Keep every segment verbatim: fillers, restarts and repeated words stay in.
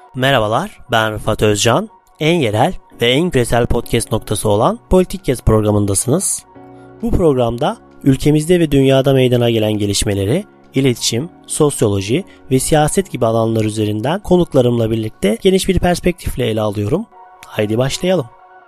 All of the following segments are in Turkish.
Merhabalar, ben Rıfat Özcan. En yerel ve en küresel podcast noktası olan Politikcast programındasınız. Bu programda ülkemizde ve dünyada meydana gelen gelişmeleri, iletişim, sosyoloji ve siyaset gibi alanlar üzerinden konuklarımla birlikte geniş bir perspektifle ele alıyorum. Haydi başlayalım.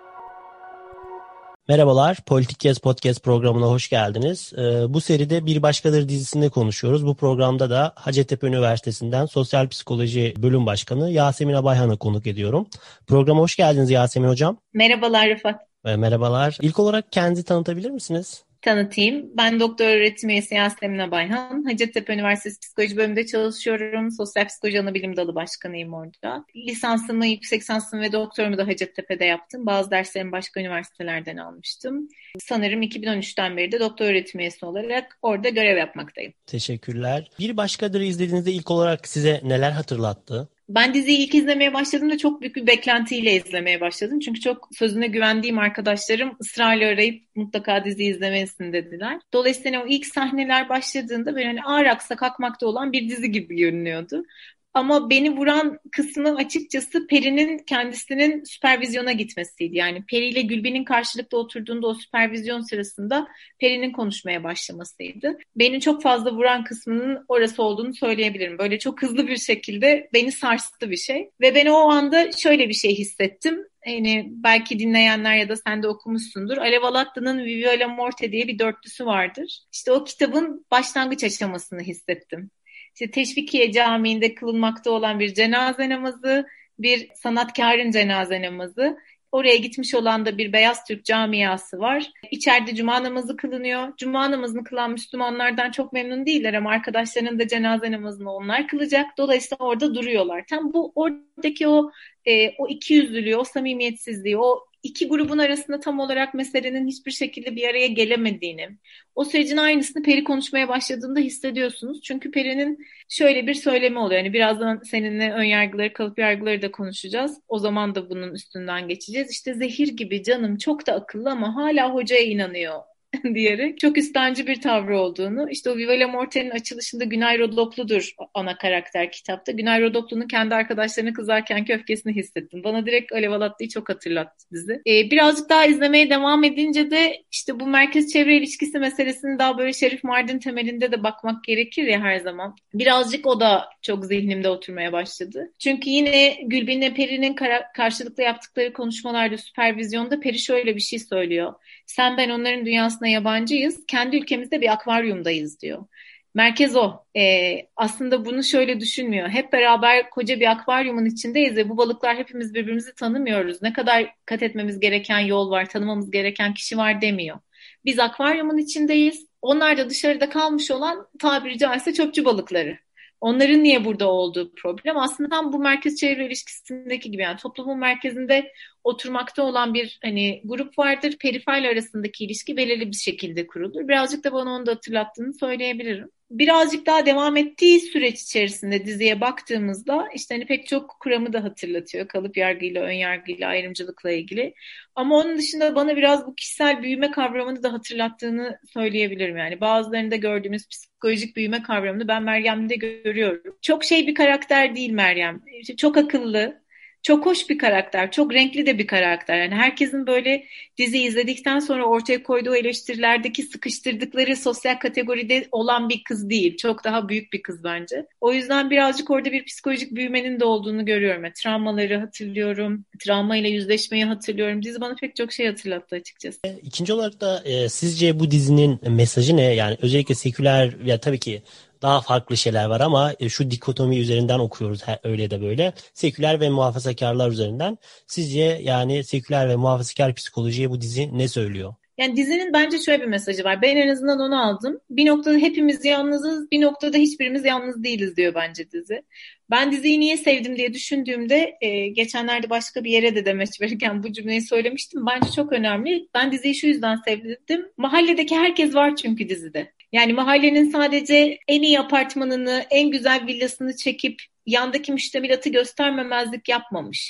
Merhabalar, Politikcast Podcast programına hoş geldiniz. Ee, bu seride Bir Başkadır dizisinde konuşuyoruz. Bu programda da Hacettepe Üniversitesi'nden Sosyal Psikoloji Bölüm Başkanı Yasemin Abayhan'ı konuk ediyorum. Programa hoş geldiniz Yasemin Hocam. Merhabalar Rıfat. Ee, merhabalar. İlk olarak kendinizi tanıtabilir misiniz? Tanıtayım. Ben doktor öğretim üyesi Yasemin Abayhan. Hacettepe Üniversitesi Psikoloji Bölümünde çalışıyorum. Sosyal Psikoloji Anabilim Dalı Başkanıyım orada. Lisansımı, yüksek lisansımı ve doktorumu da Hacettepe'de yaptım. Bazı derslerimi başka üniversitelerden almıştım. Sanırım iki bin on üçten beri de doktor öğretim üyesi olarak orada görev yapmaktayım. Teşekkürler. Bir Başkadır izlediğinizde ilk olarak size neler hatırlattı? Ben diziyi ilk izlemeye başladığımda çok büyük bir beklentiyle izlemeye başladım. Çünkü çok sözüne güvendiğim arkadaşlarım ısrarla arayıp mutlaka diziyi izlemelisin dediler. Dolayısıyla o ilk sahneler başladığında böyle hani ağır aksak akmakta olan bir dizi gibi görünüyordu. Ama beni vuran kısmı açıkçası Peri'nin kendisinin süpervizyona gitmesiydi. Yani Peri ile Gülben'in karşılıklı oturduğunda o süpervizyon sırasında Peri'nin konuşmaya başlamasıydı. Beni çok fazla vuran kısmının orası olduğunu söyleyebilirim. Böyle çok hızlı bir şekilde beni sarstı bir şey. Ve ben o anda şöyle bir şey hissettim. Yani belki dinleyenler ya da sen de okumuşsundur. Alev Alatlı'nın Vivio la Morte diye bir dörtlüsü vardır. İşte o kitabın başlangıç aşamasını hissettim. İşte Teşvikiye Camii'nde kılınmakta olan bir cenaze namazı, bir sanatkarın cenaze namazı. Oraya gitmiş olan da bir Beyaz Türk camiası var. İçeride cuma namazı kılınıyor. Cuma namazını kılan Müslümanlardan çok memnun değiller ama arkadaşlarının da cenaze namazını onlar kılacak. Dolayısıyla orada duruyorlar. Tam bu oradaki o e, o ikiyüzlülüğü, o samimiyetsizliği, o iki grubun arasında tam olarak meselenin hiçbir şekilde bir araya gelemediğini, o sürecin aynısını Peri konuşmaya başladığında hissediyorsunuz. Çünkü Peri'nin şöyle bir söylemi oluyor. Yani birazdan seninle ön yargıları, kalıp yargıları da konuşacağız. O zaman da bunun üstünden geçeceğiz. İşte zehir gibi canım çok da akıllı ama hala hocaya inanıyor diyerek çok üstenci bir tavrı olduğunu. İşte o Viva la Morte'nin açılışında Günay Rodoplu'dur ana karakter kitapta. Günay Rodoplu'nun kendi arkadaşlarına kızarkenki öfkesini hissettim. Bana direkt Alev Alatlı'yı çok hatırlattı dizi. Ee, birazcık daha izlemeye devam edince de işte bu merkez çevre ilişkisi meselesini daha böyle Şerif Mardin temelinde de bakmak gerekir ya her zaman. Birazcık o da çok zihnimde oturmaya başladı. Çünkü yine Gülbin'le Peri'nin kara- karşılıklı yaptıkları konuşmalarda, süpervizyonda Peri şöyle bir şey söylüyor. Sen ben onların dünyasına yabancıyız. Kendi ülkemizde bir akvaryumdayız diyor. Merkez o. Ee, aslında bunu şöyle düşünmüyor. Hep beraber koca bir akvaryumun içindeyiz ve bu balıklar hepimiz birbirimizi tanımıyoruz. Ne kadar kat etmemiz gereken yol var, tanımamız gereken kişi var demiyor. Biz akvaryumun içindeyiz. Onlar da dışarıda kalmış olan tabiri caizse çöpçü balıkları. Onların niye burada olduğu problem aslında tam bu merkez çevre ilişkisindeki gibi, yani toplumun merkezinde oturmakta olan bir hani grup vardır. Periferle arasındaki ilişki belirli bir şekilde kurulur. Birazcık da bana onu da hatırlattığını söyleyebilirim. Birazcık daha devam ettiği süreç içerisinde diziye baktığımızda işte hani pek çok kuramı da hatırlatıyor. Kalıp yargıyla, ön yargıyla, ayrımcılıkla ilgili. Ama onun dışında bana biraz bu kişisel büyüme kavramını da hatırlattığını söyleyebilirim. Yani bazılarında gördüğümüz psikolojik büyüme kavramını ben Meryem'de görüyorum. Çok şey bir karakter değil Meryem. İşte çok akıllı, çok hoş bir karakter, çok renkli de bir karakter. Yani herkesin böyle dizi izledikten sonra ortaya koyduğu eleştirilerdeki sıkıştırdıkları sosyal kategoride olan bir kız değil. Çok daha büyük bir kız bence. O yüzden birazcık orada bir psikolojik büyümenin de olduğunu görüyorum. Yani travmaları hatırlıyorum, travmayla yüzleşmeyi hatırlıyorum. Dizi bana pek çok şey hatırlattı açıkçası. İkinci olarak da e, sizce bu dizinin mesajı ne? Yani özellikle seküler, ya tabii ki daha farklı şeyler var ama e, şu dikotomi üzerinden okuyoruz he, öyle de böyle. Seküler ve muhafazakarlar üzerinden. Sizce yani seküler ve muhafazakar psikolojiye bu dizi ne söylüyor? Yani dizinin bence şöyle bir mesajı var. Ben en azından onu aldım. Bir noktada hepimiz yalnızız, bir noktada hiçbirimiz yalnız değiliz diyor bence dizi. Ben diziyi niye sevdim diye düşündüğümde e, geçenlerde başka bir yere de demeç verirken bu cümleyi söylemiştim. Bence çok önemli. Ben diziyi şu yüzden sevdim. Mahalledeki herkes var çünkü dizide. Yani mahallenin sadece en iyi apartmanını, en güzel villasını çekip yandaki müştemilatı göstermemezlik yapmamış.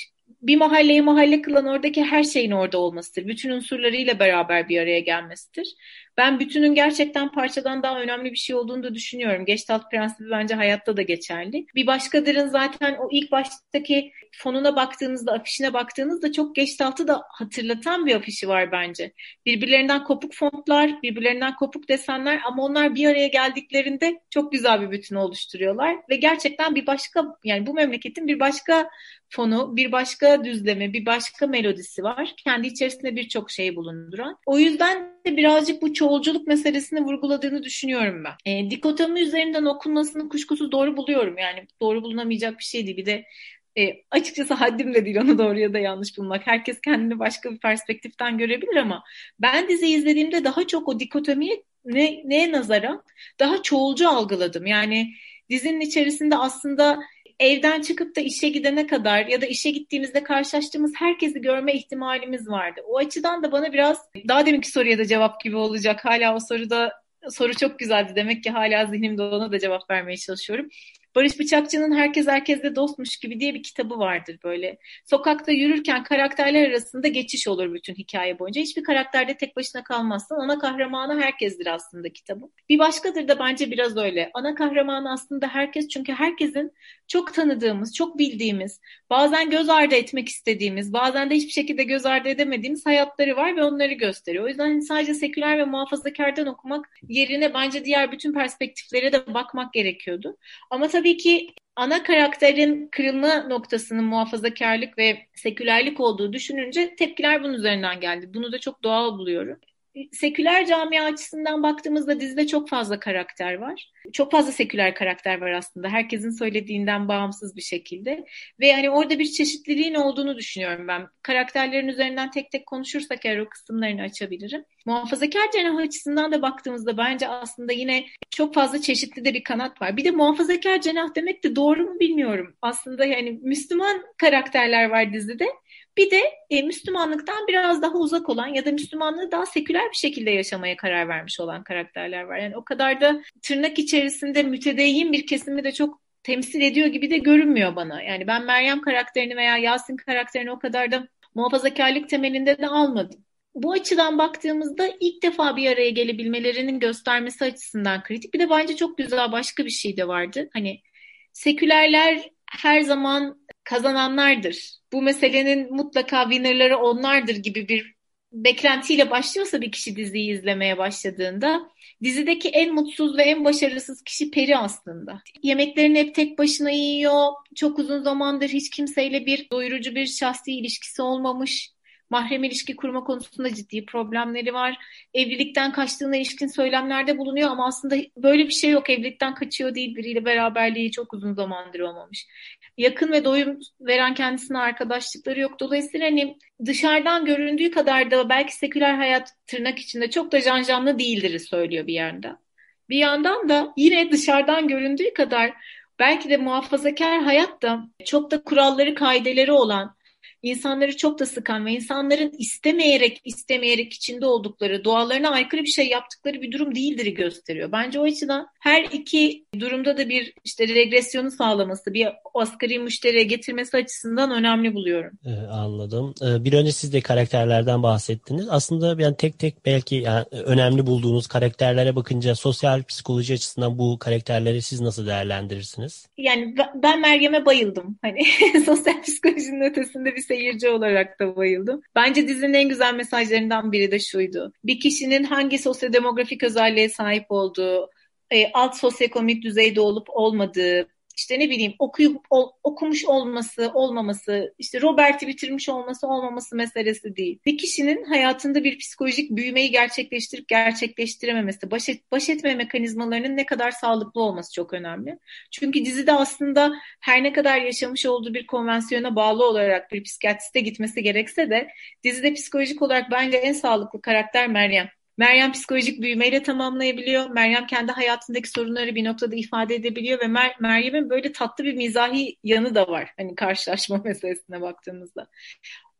bir mahalleyi mahalle kılan oradaki her şeyin orada olmasıdır. Bütün unsurlarıyla beraber bir araya gelmesidir. Ben bütünün gerçekten parçadan daha önemli bir şey olduğunu da düşünüyorum. Gestalt prensibi bence hayatta da geçerli. Bir başkadırın zaten o ilk baştaki fonuna baktığınızda, afişine baktığınızda çok Gestalt'ı da hatırlatan bir afişi var bence. Birbirlerinden kopuk fontlar, birbirlerinden kopuk desenler ama onlar bir araya geldiklerinde çok güzel bir bütün oluşturuyorlar. Ve gerçekten bir başka, yani bu memleketin bir başka fonu, bir başka düzlemi, bir başka melodisi var. Kendi içerisinde birçok şey bulunduran. O yüzden de birazcık bu çoğulculuk meselesini vurguladığını düşünüyorum ben. E, dikotomi üzerinden okunmasını kuşkusuz doğru buluyorum. Yani doğru bulunamayacak bir şey değil. Bir de e, açıkçası haddim de değil onu doğru ya da yanlış bulmak. Herkes kendini başka bir perspektiften görebilir ama ben diziyi izlediğimde daha çok o dikotomiye ne, neye nazaran daha çoğulcu algıladım. Yani dizinin içerisinde aslında evden çıkıp da işe gidene kadar ya da işe gittiğimizde karşılaştığımız herkesi görme ihtimalimiz vardı. O açıdan da bana biraz daha deminki soruya da cevap gibi olacak. Hala o soruda soru çok güzeldi. Demek ki hala zihnimde ona da cevap vermeye çalışıyorum. Barış Bıçakçı'nın Herkes Herkesle Dostmuş Gibi diye bir kitabı vardır böyle. Sokakta yürürken karakterler arasında geçiş olur bütün hikaye boyunca. Hiçbir karakterde tek başına kalmazsın. Ana kahramanı herkesdir aslında kitabın. Bir başkadır da bence biraz öyle. Ana kahramanı aslında herkes çünkü herkesin çok tanıdığımız, çok bildiğimiz, bazen göz ardı etmek istediğimiz, bazen de hiçbir şekilde göz ardı edemediğimiz hayatları var ve onları gösteriyor. O yüzden sadece seküler ve muhafazakardan okumak yerine bence diğer bütün perspektiflere de bakmak gerekiyordu. Ama tabii ki ana karakterin kırılma noktasının muhafazakarlık ve sekülerlik olduğu düşününce tepkiler bunun üzerinden geldi. Bunu da çok doğal buluyorum. Seküler camia açısından baktığımızda dizide çok fazla karakter var. Çok fazla seküler karakter var aslında. Herkesin söylediğinden bağımsız bir şekilde. Ve hani orada bir çeşitliliğin olduğunu düşünüyorum ben. Karakterlerin üzerinden tek tek konuşursak eğer o kısımlarını açabilirim. Muhafazakar cenah açısından da baktığımızda bence aslında yine çok fazla çeşitli de bir kanat var. Bir de muhafazakar cenah demek de doğru mu bilmiyorum. Aslında yani Müslüman karakterler var dizide. Bir de e, Müslümanlıktan biraz daha uzak olan ya da Müslümanlığı daha seküler bir şekilde yaşamaya karar vermiş olan karakterler var. Yani o kadar da tırnak içerisinde mütedeyyin bir kesimi de çok temsil ediyor gibi de görünmüyor bana. Yani ben Meryem karakterini veya Yasin karakterini o kadar da muhafazakarlık temelinde de almadım. Bu açıdan baktığımızda ilk defa bir araya gelebilmelerinin göstermesi açısından kritik. Bir de bence çok güzel başka bir şey de vardı. Hani sekülerler her zaman kazananlardır. Bu meselenin mutlaka winner'ları onlardır gibi bir beklentiyle başlıyorsa bir kişi diziyi izlemeye başladığında dizideki en mutsuz ve en başarısız kişi Peri aslında. Yemeklerini hep tek başına yiyor. Çok uzun zamandır hiç kimseyle bir doyurucu bir şahsi ilişkisi olmamış. Mahrem ilişki kurma konusunda ciddi problemleri var. Evlilikten kaçtığına ilişkin söylemlerde bulunuyor ama aslında böyle bir şey yok. Evlilikten kaçıyor değil, biriyle beraberliği çok uzun zamandır olmamış. Yakın ve doyum veren kendisine arkadaşlıkları yok. Dolayısıyla hani dışarıdan göründüğü kadar da belki seküler hayat tırnak içinde çok da cancanlı değildir söylüyor bir yandan. Bir yandan da yine dışarıdan göründüğü kadar belki de muhafazakar hayat da çok da kuralları, kaideleri olan, İnsanları çok da sıkan ve insanların istemeyerek istemeyerek içinde oldukları, doğalarına aykırı bir şey yaptıkları bir durum değildir gösteriyor. Bence o açıdan her iki durumda da bir işte regresyonu sağlaması, bir asgari müşteriye getirmesi açısından önemli buluyorum. Ee, anladım. Ee, bir önce siz de karakterlerden bahsettiniz. Aslında yani tek tek belki yani önemli bulduğunuz karakterlere bakınca sosyal psikoloji açısından bu karakterleri siz nasıl değerlendirirsiniz? Yani ben Meryem'e bayıldım. Hani sosyal psikolojinin ötesinde bir seyirci olarak da bayıldım. Bence dizinin en güzel mesajlarından biri de şuydu. Bir kişinin hangi sosyodemografik özelliğe sahip olduğu, e, alt sosyoekonomik düzeyde olup olmadığı, işte ne bileyim okuyup ol, okumuş olması, olmaması, işte Robert'i bitirmiş olması, olmaması meselesi değil. Bir kişinin hayatında bir psikolojik büyümeyi gerçekleştirip gerçekleştirememesi, baş, et, baş etme mekanizmalarının ne kadar sağlıklı olması çok önemli. Çünkü dizide aslında her ne kadar yaşamış olduğu bir konvansiyona bağlı olarak bir psikiyatriste gitmesi gerekse de dizide psikolojik olarak bence en sağlıklı karakter Meryem. Meryem psikolojik büyümeyle tamamlayabiliyor. Meryem kendi hayatındaki sorunları bir noktada ifade edebiliyor ve Mer- Meryem'in böyle tatlı bir mizahi yanı da var. Hani karşılaşma meselesine baktığımızda.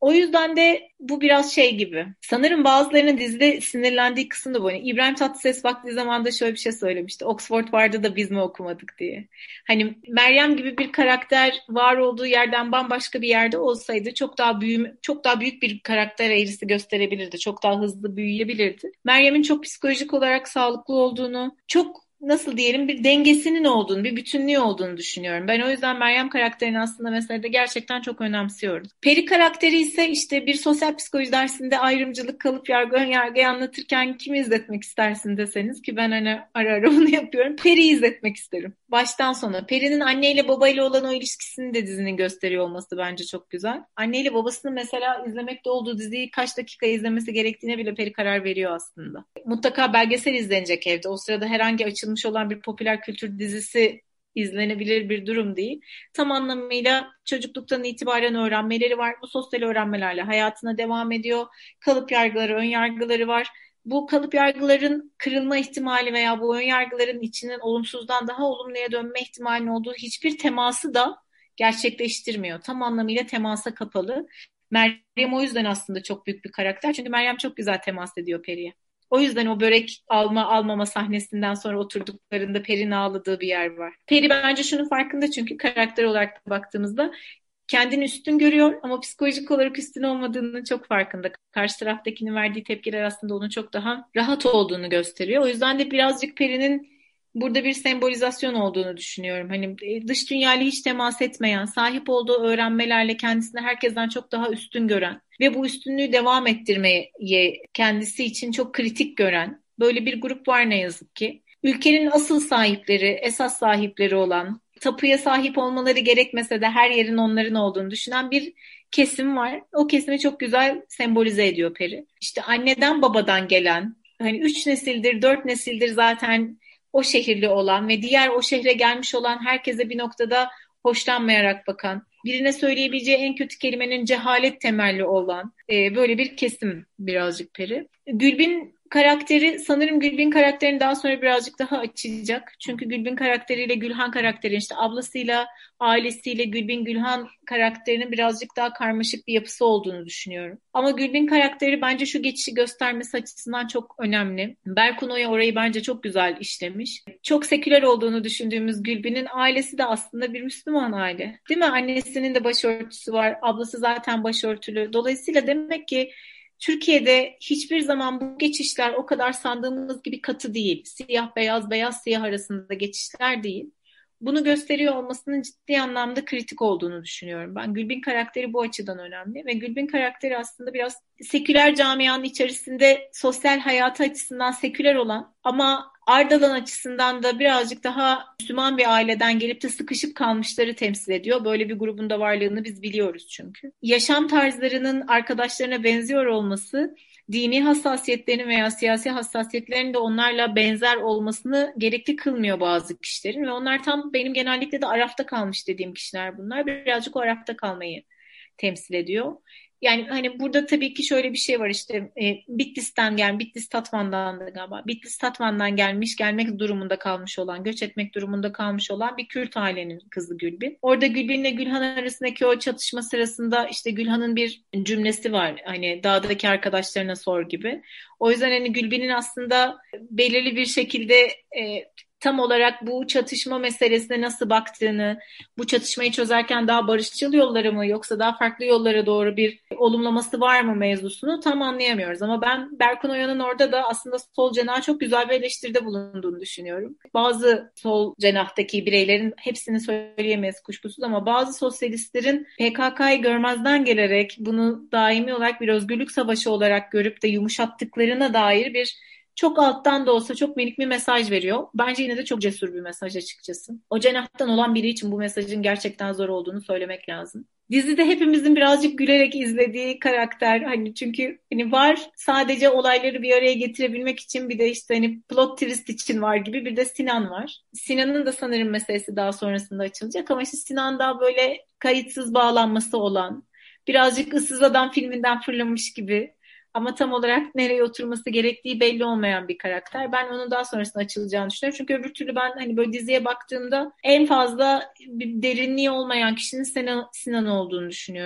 O yüzden de bu biraz şey gibi. Sanırım bazılarının dizide sinirlendiği kısım da bu. Yani İbrahim Tatlıses vakti zamanında şöyle bir şey söylemişti. Oxford vardı da biz mi okumadık diye. Hani Meryem gibi bir karakter var olduğu yerden bambaşka bir yerde olsaydı çok daha büyüm, çok daha büyük bir karakter eğrisi gösterebilirdi. Çok daha hızlı büyüyebilirdi. Meryem'in çok psikolojik olarak sağlıklı olduğunu, çok nasıl diyelim bir dengesinin olduğunu, bir bütünlüğü olduğunu düşünüyorum. Ben o yüzden Meryem karakterini aslında mesela de gerçekten çok önemsiyorum. Peri karakteri ise işte bir sosyal psikoloji dersinde ayrımcılık, kalıp yargı, ön yargıyı anlatırken kimi izletmek istersin deseniz ki ben hani ara ara bunu yapıyorum. Peri'yi izletmek isterim. Baştan sona. Peri'nin anneyle babayla olan o ilişkisini de dizinin gösteriyor olması bence çok güzel. Anneyle babasının mesela izlemekte olduğu diziyi kaç dakika izlemesi gerektiğine bile Peri karar veriyor aslında. Mutlaka belgesel izlenecek evde. O sırada herhangi açılmış olan bir popüler kültür dizisi izlenebilir bir durum değil. Tam anlamıyla çocukluktan itibaren öğrenmeleri var. Bu sosyal öğrenmelerle hayatına devam ediyor. Kalıp yargıları, ön yargıları var. Bu kalıp yargıların kırılma ihtimali veya bu ön yargıların içinin olumsuzdan daha olumluya dönme ihtimalinin olduğu hiçbir teması da gerçekleştirmiyor. Tam anlamıyla temasa kapalı. Meryem o yüzden aslında çok büyük bir karakter. Çünkü Meryem çok güzel temas ediyor Peri'ye. O yüzden o börek alma almama sahnesinden sonra oturduklarında Peri'nin ağladığı bir yer var. Peri bence şunun farkında çünkü karakter olarak baktığımızda kendini üstün görüyor ama psikolojik olarak üstün olmadığının çok farkında. Karşı taraftakinin verdiği tepkiler aslında onun çok daha rahat olduğunu gösteriyor. O yüzden de birazcık Peri'nin burada bir sembolizasyon olduğunu düşünüyorum. Hani dış dünyayla hiç temas etmeyen, sahip olduğu öğrenmelerle kendisini herkesten çok daha üstün gören ve bu üstünlüğü devam ettirmeye kendisi için çok kritik gören böyle bir grup var ne yazık ki. Ülkenin asıl sahipleri, esas sahipleri olan, tapuya sahip olmaları gerekmese de her yerin onların olduğunu düşünen bir kesim var. O kesimi çok güzel sembolize ediyor Peri. İşte anneden babadan gelen, hani üç nesildir, dört nesildir zaten o şehirli olan ve diğer o şehre gelmiş olan herkese bir noktada hoşlanmayarak bakan, birine söyleyebileceği en kötü kelimenin cehalet temelli olan e, böyle bir kesim birazcık Peri. Gülbin karakteri sanırım Gülbin karakterini daha sonra birazcık daha açacak. Çünkü Gülbin karakteriyle Gülhan karakteri işte ablasıyla ailesiyle Gülbin Gülhan karakterinin birazcık daha karmaşık bir yapısı olduğunu düşünüyorum. Ama Gülbin karakteri bence şu geçişi göstermesi açısından çok önemli. Berkun Oya orayı bence çok güzel işlemiş. Çok seküler olduğunu düşündüğümüz Gülbin'in ailesi de aslında bir Müslüman aile. Değil mi? Annesinin de başörtüsü var. Ablası zaten başörtülü. Dolayısıyla demek ki Türkiye'de hiçbir zaman bu geçişler o kadar sandığımız gibi katı değil. Siyah beyaz, beyaz siyah arasında geçişler değil. Bunu gösteriyor olmasının ciddi anlamda kritik olduğunu düşünüyorum. Ben Gülbin karakteri bu açıdan önemli ve Gülbin karakteri aslında biraz seküler camianın içerisinde sosyal hayatı açısından seküler olan ama Ardalan açısından da birazcık daha Müslüman bir aileden gelip de sıkışıp kalmışları temsil ediyor. Böyle bir grubun da varlığını biz biliyoruz çünkü. Yaşam tarzlarının arkadaşlarına benziyor olması dini hassasiyetlerinin veya siyasi hassasiyetlerinin de onlarla benzer olmasını gerekli kılmıyor bazı kişilerin ve onlar tam benim genellikle de arafta kalmış dediğim kişiler bunlar. Birazcık o arafta kalmayı temsil ediyor. Yani hani burada tabii ki şöyle bir şey var işte e, Bitlis'ten gel, Bitlis Tatvan'dan da galiba. Bitlis Tatvan'dan gelmiş, gelmek durumunda kalmış olan, göç etmek durumunda kalmış olan bir Kürt ailenin kızı Gülbin. Orada Gülbin'le Gülhan arasındaki o çatışma sırasında işte Gülhan'ın bir cümlesi var. Hani dağdaki arkadaşlarına sor gibi. O yüzden hani Gülbin'in aslında belirli bir şekilde e, tam olarak bu çatışma meselesine nasıl baktığını, bu çatışmayı çözerken daha barışçıl yollara mı yoksa daha farklı yollara doğru bir olumlaması var mı mevzusunu tam anlayamıyoruz. Ama ben Berkun Oya'nın orada da aslında sol cenaha çok güzel bir eleştiride bulunduğunu düşünüyorum. Bazı sol cenahtaki bireylerin hepsini söyleyemeyiz kuşkusuz ama bazı sosyalistlerin P K K'yı görmezden gelerek bunu daimi olarak bir özgürlük savaşı olarak görüp de yumuşattıklarına dair bir çok alttan da olsa çok minik bir mesaj veriyor. Bence yine de çok cesur bir mesaj açıkçası. O cenahtan olan biri için bu mesajın gerçekten zor olduğunu söylemek lazım. Dizide hepimizin birazcık gülerek izlediği karakter hani çünkü hani var sadece olayları bir araya getirebilmek için bir de işte hani plot twist için var gibi bir de Sinan var. Sinan'ın da sanırım meselesi daha sonrasında açılacak ama işte Sinan daha böyle kayıtsız bağlanması olan birazcık Issız Adam filminden fırlamış gibi ama tam olarak nereye oturması gerektiği belli olmayan bir karakter. Ben onun daha sonrasında açılacağını düşünüyorum. Çünkü öbür türlü ben hani böyle diziye baktığımda en fazla bir derinliği olmayan kişinin Sinan, Sinan olduğunu düşünüyorum.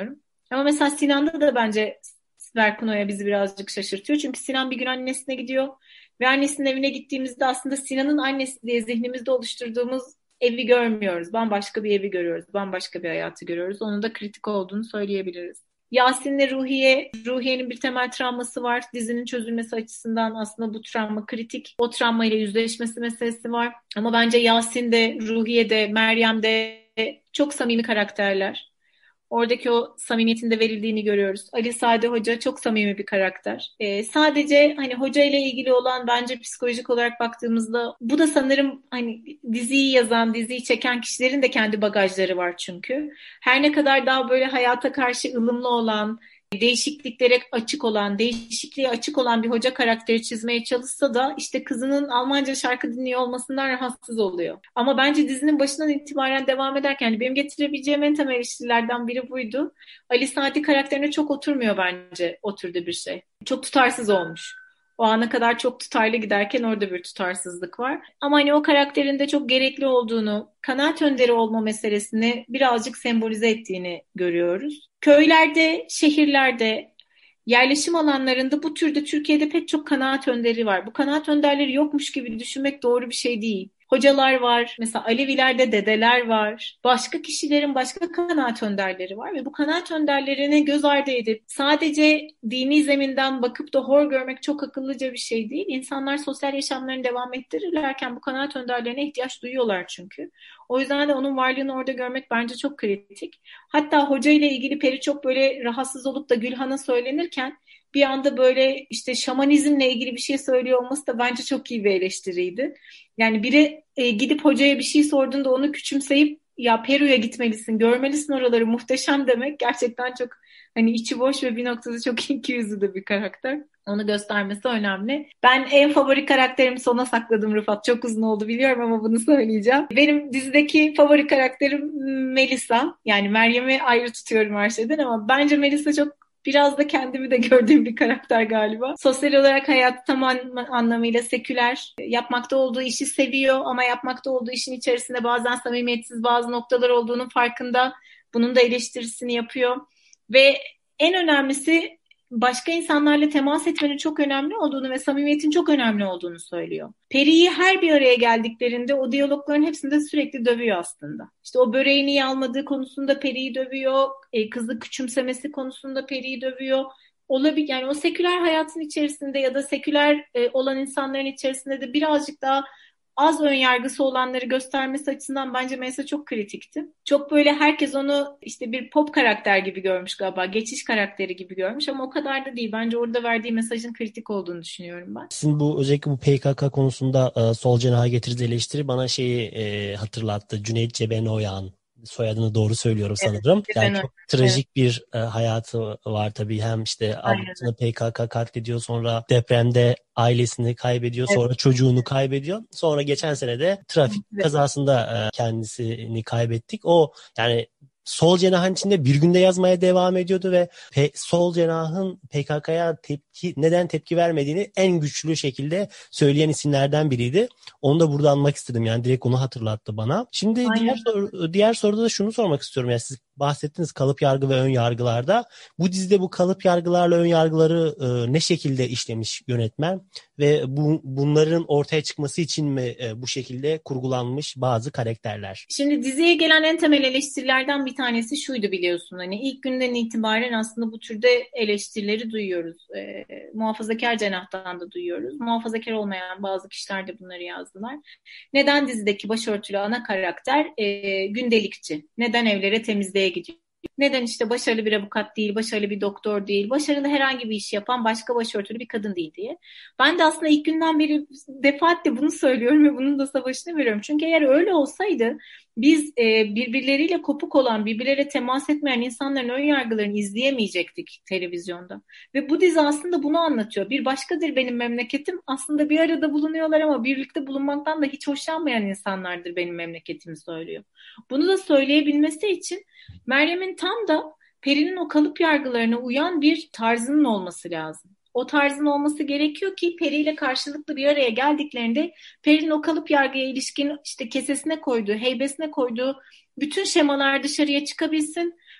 Ama mesela Sinan'da da bence Berkun Oya bizi birazcık şaşırtıyor. Çünkü Sinan bir gün annesine gidiyor ve annesinin evine gittiğimizde aslında Sinan'ın annesi diye zihnimizde oluşturduğumuz evi görmüyoruz. Bambaşka bir evi görüyoruz. Bambaşka bir hayatı görüyoruz. Onun da kritik olduğunu söyleyebiliriz. Yasin'le Ruhiye, Ruhiye'nin bir temel travması var. Dizinin çözülmesi açısından aslında bu travma kritik. O travmayla yüzleşmesi meselesi var. Ama bence Yasin de, Ruhiye de, Meryem de çok samimi karakterler. Oradaki o samimiyetin de verildiğini görüyoruz. Ali Sade Hoca çok samimi bir karakter. Ee, sadece hani hoca ile ilgili olan bence psikolojik olarak baktığımızda bu da sanırım hani diziyi yazan, diziyi çeken kişilerin de kendi bagajları var çünkü. Her ne kadar daha böyle hayata karşı ılımlı olan, değişikliklere açık olan, değişikliğe açık olan bir hoca karakteri çizmeye çalışsa da işte kızının Almanca şarkı dinliyor olmasından rahatsız oluyor. Ama bence dizinin başından itibaren devam ederken yani benim getirebileceğim en temel eleştirilerden biri buydu. Ali Sadi karakterine çok oturmuyor bence o türde bir şey. Çok tutarsız olmuş. O ana kadar çok tutarlı giderken orada bir tutarsızlık var. Ama hani o karakterin de çok gerekli olduğunu, kanaat önderi olma meselesini birazcık sembolize ettiğini görüyoruz. Köylerde, şehirlerde, yerleşim alanlarında bu türde Türkiye'de pek çok kanaat önderi var. Bu kanaat önderleri yokmuş gibi düşünmek doğru bir şey değil. Hocalar var, mesela Alevilerde dedeler var, başka kişilerin başka kanaat önderleri var ve bu kanaat önderlerine göz ardı edip sadece dini zeminden bakıp da hor görmek çok akıllıca bir şey değil. İnsanlar sosyal yaşamlarını devam ettirirlerken bu kanaat önderlerine ihtiyaç duyuyorlar çünkü. O yüzden de onun varlığını orada görmek bence çok kritik. Hatta hoca ile ilgili Peri çok böyle rahatsız olup da Gülhan'a söylenirken bir anda böyle işte şamanizmle ilgili bir şey söylüyor olması da bence çok iyi bir eleştiriydi. Yani biri e, gidip hocaya bir şey sorduğunda onu küçümseyip ya Peru'ya gitmelisin, görmelisin oraları muhteşem demek gerçekten çok hani içi boş ve bir noktada çok ikiyüzlü de bir karakter. Onu göstermesi önemli. Ben en favori karakterimi sona sakladım Rıfat. Çok uzun oldu biliyorum ama bunu söyleyeceğim. Benim dizideki favori karakterim Melisa. Yani Meryem'i ayrı tutuyorum her şeyden ama bence Melisa çok biraz da kendimi de gördüğüm bir karakter galiba. Sosyal olarak hayatı tam anlamıyla seküler. Yapmakta olduğu işi seviyor ama yapmakta olduğu işin içerisinde bazen samimiyetsiz bazı noktalar olduğunun farkında. Bunun da eleştirisini yapıyor. Ve en önemlisi başka insanlarla temas etmenin çok önemli olduğunu ve samimiyetin çok önemli olduğunu söylüyor. Peri'yi her bir araya geldiklerinde o diyalogların hepsinde sürekli dövüyor aslında. İşte o böreği niye almadığı konusunda Peri'yi dövüyor, e, kızı küçümsemesi konusunda Peri'yi dövüyor. Olabilir yani o seküler hayatın içerisinde ya da seküler e, olan insanların içerisinde de birazcık daha az ön yargısı olanları göstermesi açısından bence Melisa çok kritikti. Çok böyle herkes onu işte bir pop karakter gibi görmüş galiba. Geçiş karakteri gibi görmüş ama o kadar da değil. Bence orada verdiği mesajın kritik olduğunu düşünüyorum ben. Sizin bu özellikle bu P K K konusunda e, sol cenaha getirdiği eleştiri bana şeyi e, hatırlattı. Cüneyt Cebenoyan. Soyadını doğru söylüyorum Evet, sanırım. Yani Cebenoyan. çok trajik Evet. bir e, hayatı var tabii. Hem işte Aynen. ablasını P K K katlediyor, sonra depremde ailesini kaybediyor, Evet. sonra çocuğunu kaybediyor. Sonra geçen sene de trafik Evet. kazasında e, kendisini kaybettik. O yani sol cenahın içinde bir günde yazmaya devam ediyordu ve P- sol cenahın P K K'ya tepki neden tepki vermediğini en güçlü şekilde söyleyen isimlerden biriydi. Onu da burada anmak istedim. Yani direkt onu hatırlattı bana. Şimdi Aynen. diğer soru, diğer soruda da şunu sormak istiyorum. Yani siz bahsettiniz kalıp yargı ve ön yargılarda. Bu dizide bu kalıp yargılarla ön yargıları e, ne şekilde işlemiş yönetmen ve bu, bunların ortaya çıkması için mi e, bu şekilde kurgulanmış bazı karakterler? Şimdi diziye gelen en temel eleştirilerden bir tanesi şuydu biliyorsun. Hani ilk günden itibaren aslında bu türde eleştirileri duyuyoruz. E, muhafazakar cenahtan da duyuyoruz. Muhafazakar olmayan bazı kişiler de bunları yazdılar. Neden dizideki başörtülü ana karakter e, gündelikçi? Neden evlere temizliğe gidiyor? Neden işte başarılı bir avukat değil, başarılı bir doktor değil, başarılı herhangi bir iş yapan başka başörtülü bir kadın değil diye. Ben de aslında ilk günden beri defaatle bunu söylüyorum ve bunun da savaşını veriyorum. Çünkü eğer öyle olsaydı biz e, birbirleriyle kopuk olan, birbirleriyle temas etmeyen insanların ön yargılarını izleyemeyecektik televizyonda. Ve bu dizi aslında bunu anlatıyor. Bir başkadır benim memleketim. Aslında bir arada bulunuyorlar ama birlikte bulunmaktan da hiç hoşlanmayan insanlardır benim memleketimi söylüyor. Bunu da söyleyebilmesi için Meryem'in tam da Peri'nin o kalıp yargılarına uyan bir tarzının olması lazım. O tarzın olması gerekiyor ki Peri ile karşılıklı bir araya geldiklerinde Peri'nin o kalıp yargıya ilişkin işte kesesine koyduğu, heybesine koyduğu bütün şemalar dışarıya çıkabilsin.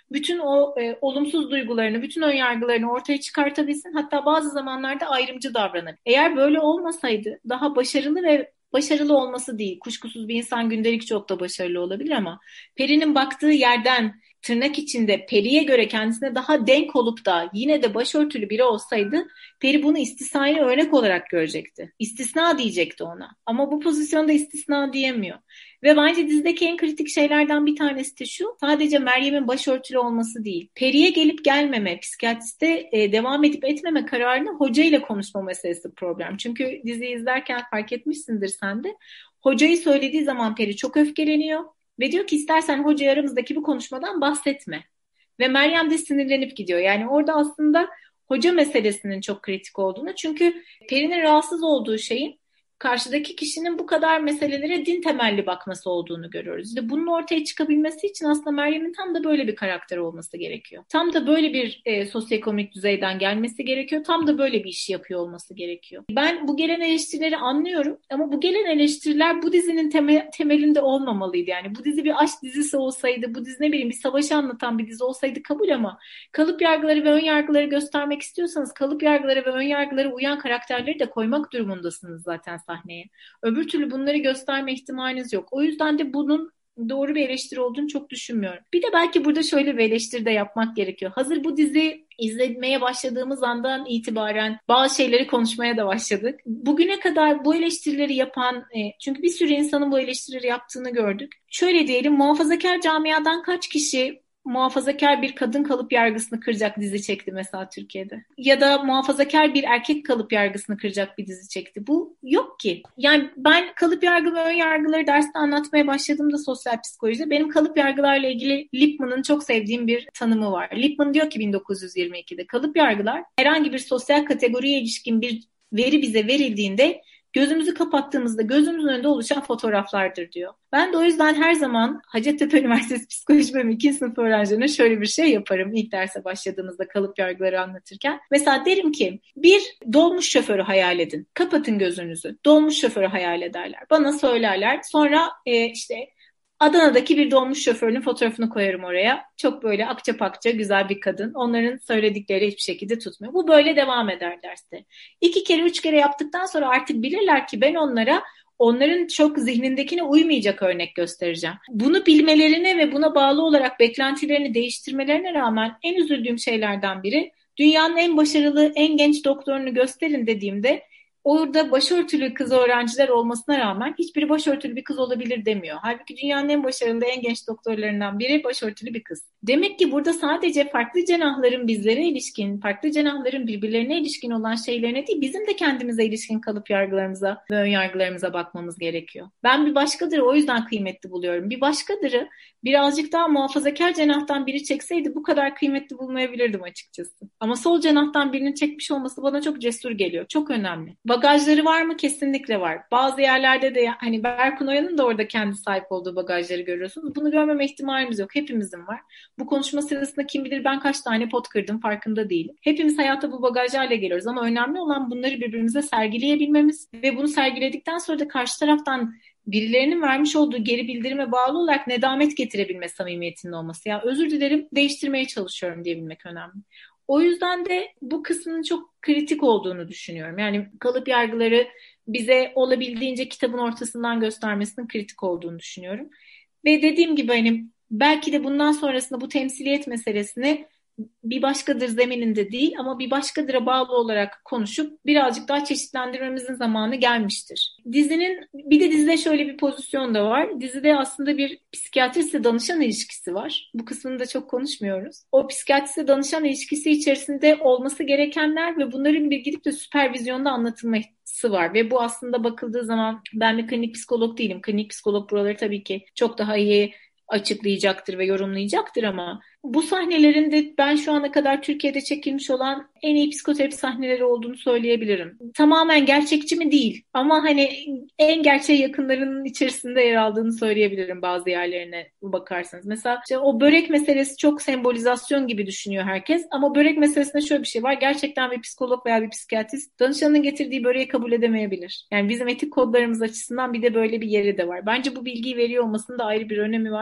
bütün o e, olumsuz duygularını, bütün ön yargılarını ortaya çıkartabilsin. Hatta bazı zamanlarda ayrımcı davranır. Eğer böyle olmasaydı daha başarılı ve başarılı olması değil. Kuşkusuz bir insan gündelik çok da başarılı olabilir ama Peri'nin baktığı yerden tırnak içinde Peri'ye göre kendisine daha denk olup da yine de başörtülü biri olsaydı Peri bunu istisnai örnek olarak görecekti. İstisna diyecekti ona. Ama bu pozisyonda istisna diyemiyor. Ve bence dizideki en kritik şeylerden bir tanesi de şu, sadece Meryem'in başörtülü olması değil. Peri'ye gelip gelmeme, psikiyatriste e, devam edip etmeme kararını hocayla konuşma meselesi problem. Çünkü diziyi izlerken fark etmişsindir sen de. Hocayı söylediği zaman Peri çok öfkeleniyor ve diyor ki istersen hocaya aramızdaki bu konuşmadan bahsetme. Ve Meryem de sinirlenip gidiyor. Yani orada aslında hoca meselesinin çok kritik olduğunu, çünkü Peri'nin rahatsız olduğu şeyin karşıdaki kişinin bu kadar meselelere din temelli bakması olduğunu görüyoruz. İşte bunun ortaya çıkabilmesi için aslında Meryem'in tam da böyle bir karakter olması gerekiyor. Tam da böyle bir e, sosyoekonomik düzeyden gelmesi gerekiyor. Tam da böyle bir iş yapıyor olması gerekiyor. Ben bu gelen eleştirileri anlıyorum ama bu gelen eleştiriler bu dizinin teme, temelinde olmamalıydı. Yani bu dizi bir aşk dizisi olsaydı, bu dizi ne bileyim bir savaşı anlatan bir dizi olsaydı kabul, ama kalıp yargıları ve ön yargıları göstermek istiyorsanız kalıp yargıları ve ön yargılara uyan karakterleri de koymak durumundasınız zaten sahneye. Öbür türlü bunları gösterme ihtimaliniz yok. O yüzden de bunun doğru bir eleştiri olduğunu çok düşünmüyorum. Bir de belki burada şöyle bir eleştiri de yapmak gerekiyor. Hazır bu dizi izlemeye başladığımız andan itibaren bazı şeyleri konuşmaya da başladık. Bugüne kadar bu eleştirileri yapan, çünkü bir sürü insanın bu eleştirileri yaptığını gördük. Şöyle diyelim, muhafazakar camiadan kaç kişi muhafazakar bir kadın kalıp yargısını kıracak dizi çekti mesela Türkiye'de? Ya da muhafazakar bir erkek kalıp yargısını kıracak bir dizi çekti. Bu yok ki. Yani ben kalıp yargı ve ön yargıları derste anlatmaya başladığımda sosyal psikolojide benim kalıp yargılarla ilgili Lippmann'ın çok sevdiğim bir tanımı var. Lippmann diyor ki bin dokuz yüz yirmi ikide kalıp yargılar herhangi bir sosyal kategoriye ilişkin bir veri bize verildiğinde gözümüzü kapattığımızda gözümüzün önünde oluşan fotoğraflardır diyor. Ben de o yüzden her zaman Hacettepe Üniversitesi Psikoloji Bölümü ikinci sınıf öğrencilerine şöyle bir şey yaparım ilk derse başladığımızda kalıp yargıları anlatırken. Mesela derim ki bir dolmuş şoförü hayal edin. Kapatın gözünüzü. Dolmuş şoförü hayal ederler. Bana söylerler. Sonra e, işte Adana'daki bir dolmuş şoförünün fotoğrafını koyarım oraya. Çok böyle akça pakça güzel bir kadın. Onların söyledikleri hiçbir şekilde tutmuyor. Bu böyle devam eder derste. İki kere üç kere yaptıktan sonra artık bilirler ki ben onlara onların çok zihnindekine uymayacak örnek göstereceğim. Bunu bilmelerine ve buna bağlı olarak beklentilerini değiştirmelerine rağmen en üzüldüğüm şeylerden biri, dünyanın en başarılı, en genç doktorunu gösterin dediğimde orada başörtülü kız öğrenciler olmasına rağmen hiçbiri başörtülü bir kız olabilir demiyor. Halbuki dünyanın en başarılı, en genç doktorlarından biri başörtülü bir kız. Demek ki burada sadece farklı cenahların bizlere ilişkin, farklı cenahların birbirlerine ilişkin olan şeylerine değil, bizim de kendimize ilişkin kalıp yargılarımıza ve ön yargılarımıza bakmamız gerekiyor. Ben bir başkadırı o yüzden kıymetli buluyorum. Bir başkadırı birazcık daha muhafazakar cenahtan biri çekseydi bu kadar kıymetli bulmayabilirdim açıkçası. Ama sol cenahtan birinin çekmiş olması bana çok cesur geliyor. Çok önemli. Bagajları var mı? Kesinlikle var. Bazı yerlerde de hani Berkun Oya'nın da orada kendi sahip olduğu bagajları görüyorsunuz. Bunu görmeme ihtimalimiz yok. Hepimizin var. Bu konuşma sırasında kim bilir ben kaç tane pot kırdım farkında değilim. Hepimiz hayata bu bagajlarla geliyoruz ama önemli olan bunları birbirimize sergileyebilmemiz ve bunu sergiledikten sonra da karşı taraftan birilerinin vermiş olduğu geri bildirime bağlı olarak nedamet getirebilme samimiyetinin olması. Yani özür dilerim, değiştirmeye çalışıyorum diyebilmek önemli. O yüzden de bu kısmının çok kritik olduğunu düşünüyorum. Yani kalıp yargıları bize olabildiğince kitabın ortasından göstermesinin kritik olduğunu düşünüyorum. Ve dediğim gibi hani belki de bundan sonrasında bu temsiliyet meselesini bir başkadır zemininde değil ama bir başkadıra bağlı olarak konuşup birazcık daha çeşitlendirmemizin zamanı gelmiştir. Dizinin bir de dizide şöyle bir pozisyon da var. Dizide aslında bir psikiyatristle danışan ilişkisi var. Bu kısmını da çok konuşmuyoruz. O psikiyatristle danışan ilişkisi içerisinde olması gerekenler ve bunların bir gidip de süpervizyonda anlatılması var. Ve bu aslında bakıldığı zaman ben bir klinik psikolog değilim. Klinik psikolog buraları tabii ki çok daha iyi açıklayacaktır ve yorumlayacaktır ama bu sahnelerin de ben şu ana kadar Türkiye'de çekilmiş olan en iyi psikoterapi sahneleri olduğunu söyleyebilirim. Tamamen gerçekçi mi değil ama hani en gerçeğe yakınlarının içerisinde yer aldığını söyleyebilirim bazı yerlerine bakarsanız. Mesela işte o börek meselesi çok sembolizasyon gibi düşünüyor herkes ama börek meselesinde şöyle bir şey var. Gerçekten bir psikolog veya bir psikiyatrist danışanın getirdiği böreği kabul edemeyebilir. Yani bizim etik kodlarımız açısından bir de böyle bir yeri de var. Bence bu bilgiyi veriyor olmasının da ayrı bir önemi var.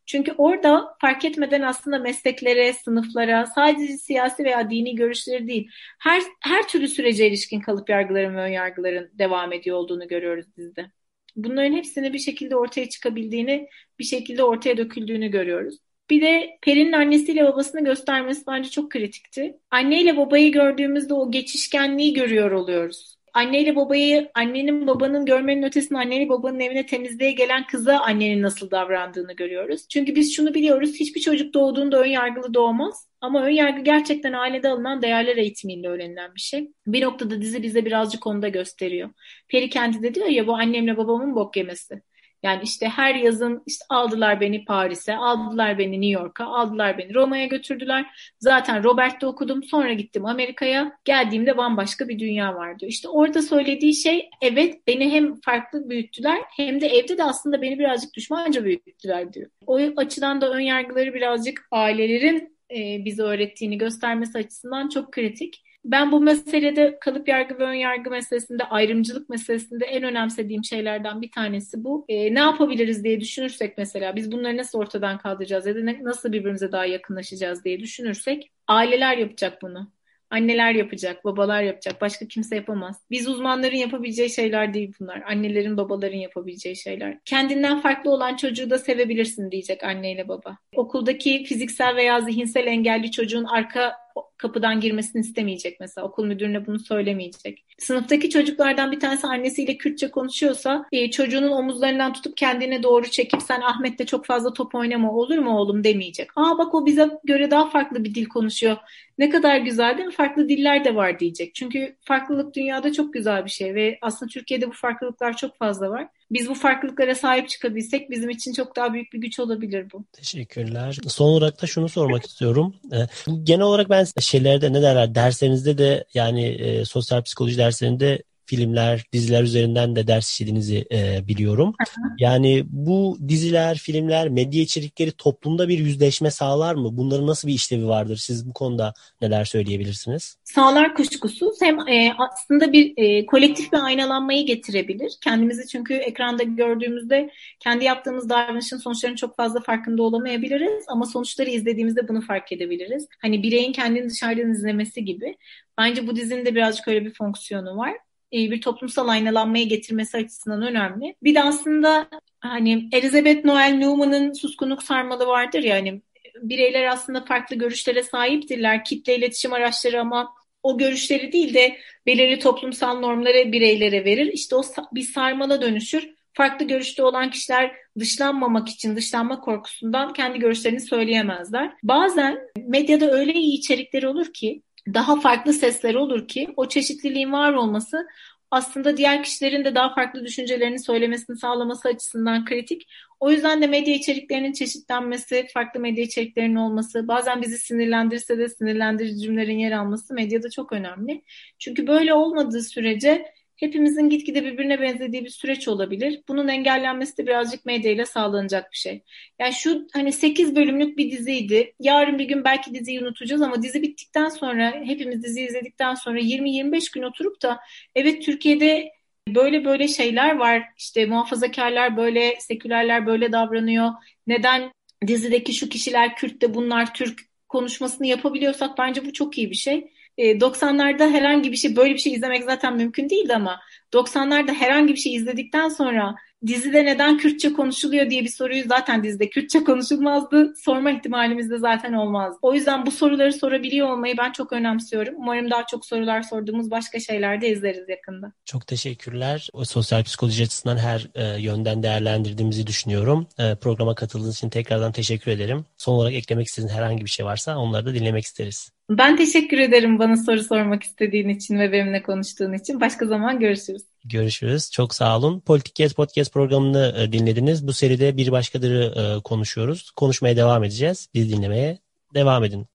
Çünkü orada fark etmeden aslında mesleklere, sınıflara, sadece siyasi veya dini görüşleri değil, her her türlü sürece ilişkin kalıp yargıların ve ön yargıların devam ediyor olduğunu görüyoruz dizide. Bunların hepsini bir şekilde ortaya çıkabildiğini, bir şekilde ortaya döküldüğünü görüyoruz. Bir de Peri'nin annesiyle babasını göstermesi bence çok kritikti. Anneyle babayı gördüğümüzde o geçişkenliği görüyor oluyoruz. Anneyle babayı, annenin babanın görmenin ötesinde anneyle babanın evine temizliğe gelen kıza annenin nasıl davrandığını görüyoruz. Çünkü biz şunu biliyoruz, hiçbir çocuk doğduğunda ön yargılı doğmaz. Ama ön yargı gerçekten ailede alınan değerler eğitimiyle öğrenilen bir şey. Bir noktada dizi bize birazcık onu da gösteriyor. Peri kendi de diyor ya, bu annemle babamın bok yemesi. Yani işte her yazın işte aldılar beni Paris'e, aldılar beni New York'a, aldılar beni Roma'ya götürdüler. Zaten Robert'te okudum, sonra gittim Amerika'ya. Geldiğimde bambaşka bir dünya var diyor. İşte orada söylediği şey, evet beni hem farklı büyüttüler hem de evde de aslında beni birazcık düşmanca büyüttüler diyor. O açıdan da ön yargıları birazcık ailelerin e, bize öğrettiğini göstermesi açısından çok kritik. Ben bu meselede kalıp yargı ve ön yargı meselesinde, ayrımcılık meselesinde en önemsediğim şeylerden bir tanesi bu. E, ne yapabiliriz diye düşünürsek mesela, biz bunları nasıl ortadan kaldıracağız ya da ne, nasıl birbirimize daha yakınlaşacağız diye düşünürsek, aileler yapacak bunu. Anneler yapacak, babalar yapacak. Başka kimse yapamaz. Biz uzmanların yapabileceği şeyler değil bunlar. Annelerin, babaların yapabileceği şeyler. Kendinden farklı olan çocuğu da sevebilirsin diyecek anneyle baba. Okuldaki fiziksel veya zihinsel engelli çocuğun arka kapıdan girmesini istemeyecek mesela. Okul müdürüne bunu söylemeyecek. Sınıftaki çocuklardan bir tanesi annesiyle Kürtçe konuşuyorsa e, çocuğunun omuzlarından tutup kendine doğru çekip sen Ahmet'le çok fazla top oynama olur mu oğlum demeyecek. Aa bak, o bize göre daha farklı bir dil konuşuyor. Ne kadar güzel değil mi? Farklı diller de var diyecek. Çünkü farklılık dünyada çok güzel bir şey ve aslında Türkiye'de bu farklılıklar çok fazla var. Biz bu farklılıklara sahip çıkabilsek bizim için çok daha büyük bir güç olabilir bu. Teşekkürler. Son olarak da şunu sormak istiyorum. Genel olarak ben şeylerde ne derler, derslerinizde de yani e, sosyal psikoloji derslerinde filmler, diziler üzerinden de ders işlediğinizi e, biliyorum. Yani bu diziler, filmler, medya içerikleri toplumda bir yüzleşme sağlar mı? Bunların nasıl bir işlevi vardır? Siz bu konuda neler söyleyebilirsiniz? Sağlar kuşkusuz. Hem e, aslında bir e, kolektif bir aynalanmayı getirebilir. Kendimizi çünkü ekranda gördüğümüzde kendi yaptığımız davranışın sonuçlarının çok fazla farkında olamayabiliriz. Ama sonuçları izlediğimizde bunu fark edebiliriz. Hani bireyin kendini dışarıdan izlemesi gibi. Bence bu dizinin de birazcık öyle bir fonksiyonu var. Bir toplumsal aynalanmaya getirmesi açısından önemli. Bir de aslında hani Elizabeth Noel Newman'ın Suskunluk Sarmalı vardır ya, hani bireyler aslında farklı görüşlere sahiptirler. Kitle iletişim araçları ama o görüşleri değil de belirli toplumsal normları bireylere verir. İşte o bir sarmala dönüşür. Farklı görüşte olan kişiler dışlanmamak için, dışlanma korkusundan kendi görüşlerini söyleyemezler. Bazen medyada öyle iyi içerikleri olur ki, daha farklı sesler olur ki o çeşitliliğin var olması aslında diğer kişilerin de daha farklı düşüncelerini söylemesini sağlaması açısından kritik. O yüzden de medya içeriklerinin çeşitlenmesi, farklı medya içeriklerinin olması, bazen bizi sinirlendirse de sinirlendirici cümlelerin yer alması medyada çok önemli. Çünkü böyle olmadığı sürece hepimizin gitgide birbirine benzediği bir süreç olabilir. Bunun engellenmesi de birazcık medyayla sağlanacak bir şey. Yani şu hani sekiz bölümlük bir diziydi. Yarın bir gün belki diziyi unutacağız ama dizi bittikten sonra, hepimiz diziyi izledikten sonra yirmi yirmi beş gün oturup da evet Türkiye'de böyle böyle şeyler var. İşte muhafazakarlar böyle, sekülerler böyle davranıyor. Neden dizideki şu kişiler Kürt de bunlar Türk konuşmasını yapabiliyorsak bence bu çok iyi bir şey. doksanlarda herhangi bir şey, böyle bir şey izlemek zaten mümkün değildi ama doksanlarda herhangi bir şey izledikten sonra dizide neden Kürtçe konuşuluyor diye bir soruyu, zaten dizide Kürtçe konuşulmazdı, sorma ihtimalimiz de zaten olmazdı. O yüzden bu soruları sorabiliyor olmayı ben çok önemsiyorum. Umarım daha çok sorular sorduğumuz başka şeyler de izleriz yakında. Çok teşekkürler. O sosyal psikoloji açısından her e, yönden değerlendirdiğimizi düşünüyorum. E, programa katıldığınız için tekrardan teşekkür ederim. Son olarak eklemek istediğiniz herhangi bir şey varsa onları da dinlemek isteriz. Ben teşekkür ederim bana soru sormak istediğin için ve benimle konuştuğun için. Başka zaman görüşürüz. Görüşürüz. Çok sağ olun. Politik Podcast programını e, dinlediniz. Bu seride bir başkaları e, konuşuyoruz. Konuşmaya devam edeceğiz. Biz dinlemeye devam edin.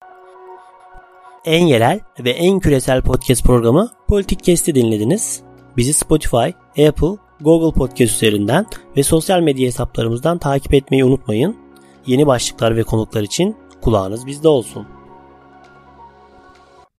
En yerel ve en küresel podcast programı Politikcast'i dinlediniz. Bizi Spotify, Apple, Google Podcast üzerinden ve sosyal medya hesaplarımızdan takip etmeyi unutmayın. Yeni başlıklar ve konuklar için kulağınız bizde olsun.